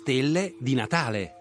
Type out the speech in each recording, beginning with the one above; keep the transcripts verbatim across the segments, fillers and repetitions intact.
stelle di Natale.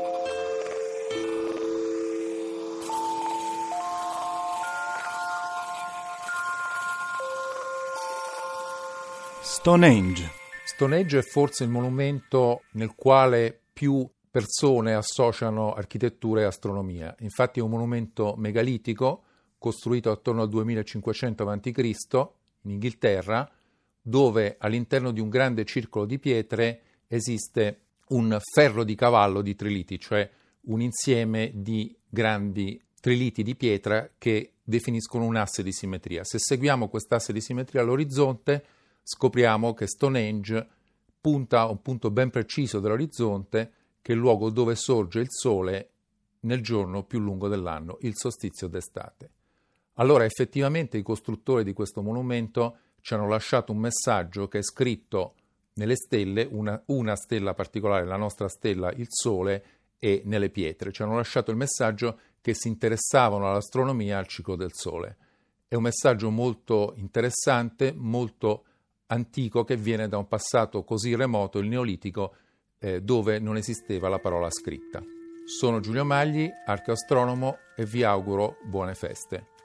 Stonehenge. Stonehenge è forse il monumento nel quale più persone associano architettura e astronomia. Infatti è un monumento megalitico costruito attorno al duemilacinquecento avanti Cristo in Inghilterra, dove all'interno di un grande circolo di pietre esiste un ferro di cavallo di triliti, cioè un insieme di grandi triliti di pietra che definiscono un asse di simmetria. Se seguiamo quest'asse di simmetria all'orizzonte, scopriamo che Stonehenge punta a un punto ben preciso dell'orizzonte, che è il luogo dove sorge il sole nel giorno più lungo dell'anno, il solstizio d'estate. Allora effettivamente i costruttori di questo monumento ci hanno lasciato un messaggio che è scritto nelle stelle, una, una stella particolare, la nostra stella, il Sole, e nelle pietre. Ci hanno lasciato il messaggio che si interessavano all'astronomia e al ciclo del Sole. È un messaggio molto interessante, molto antico, che viene da un passato così remoto, il Neolitico, eh, dove non esisteva la parola scritta. Sono Giulio Magli, archeoastronomo, e vi auguro buone feste.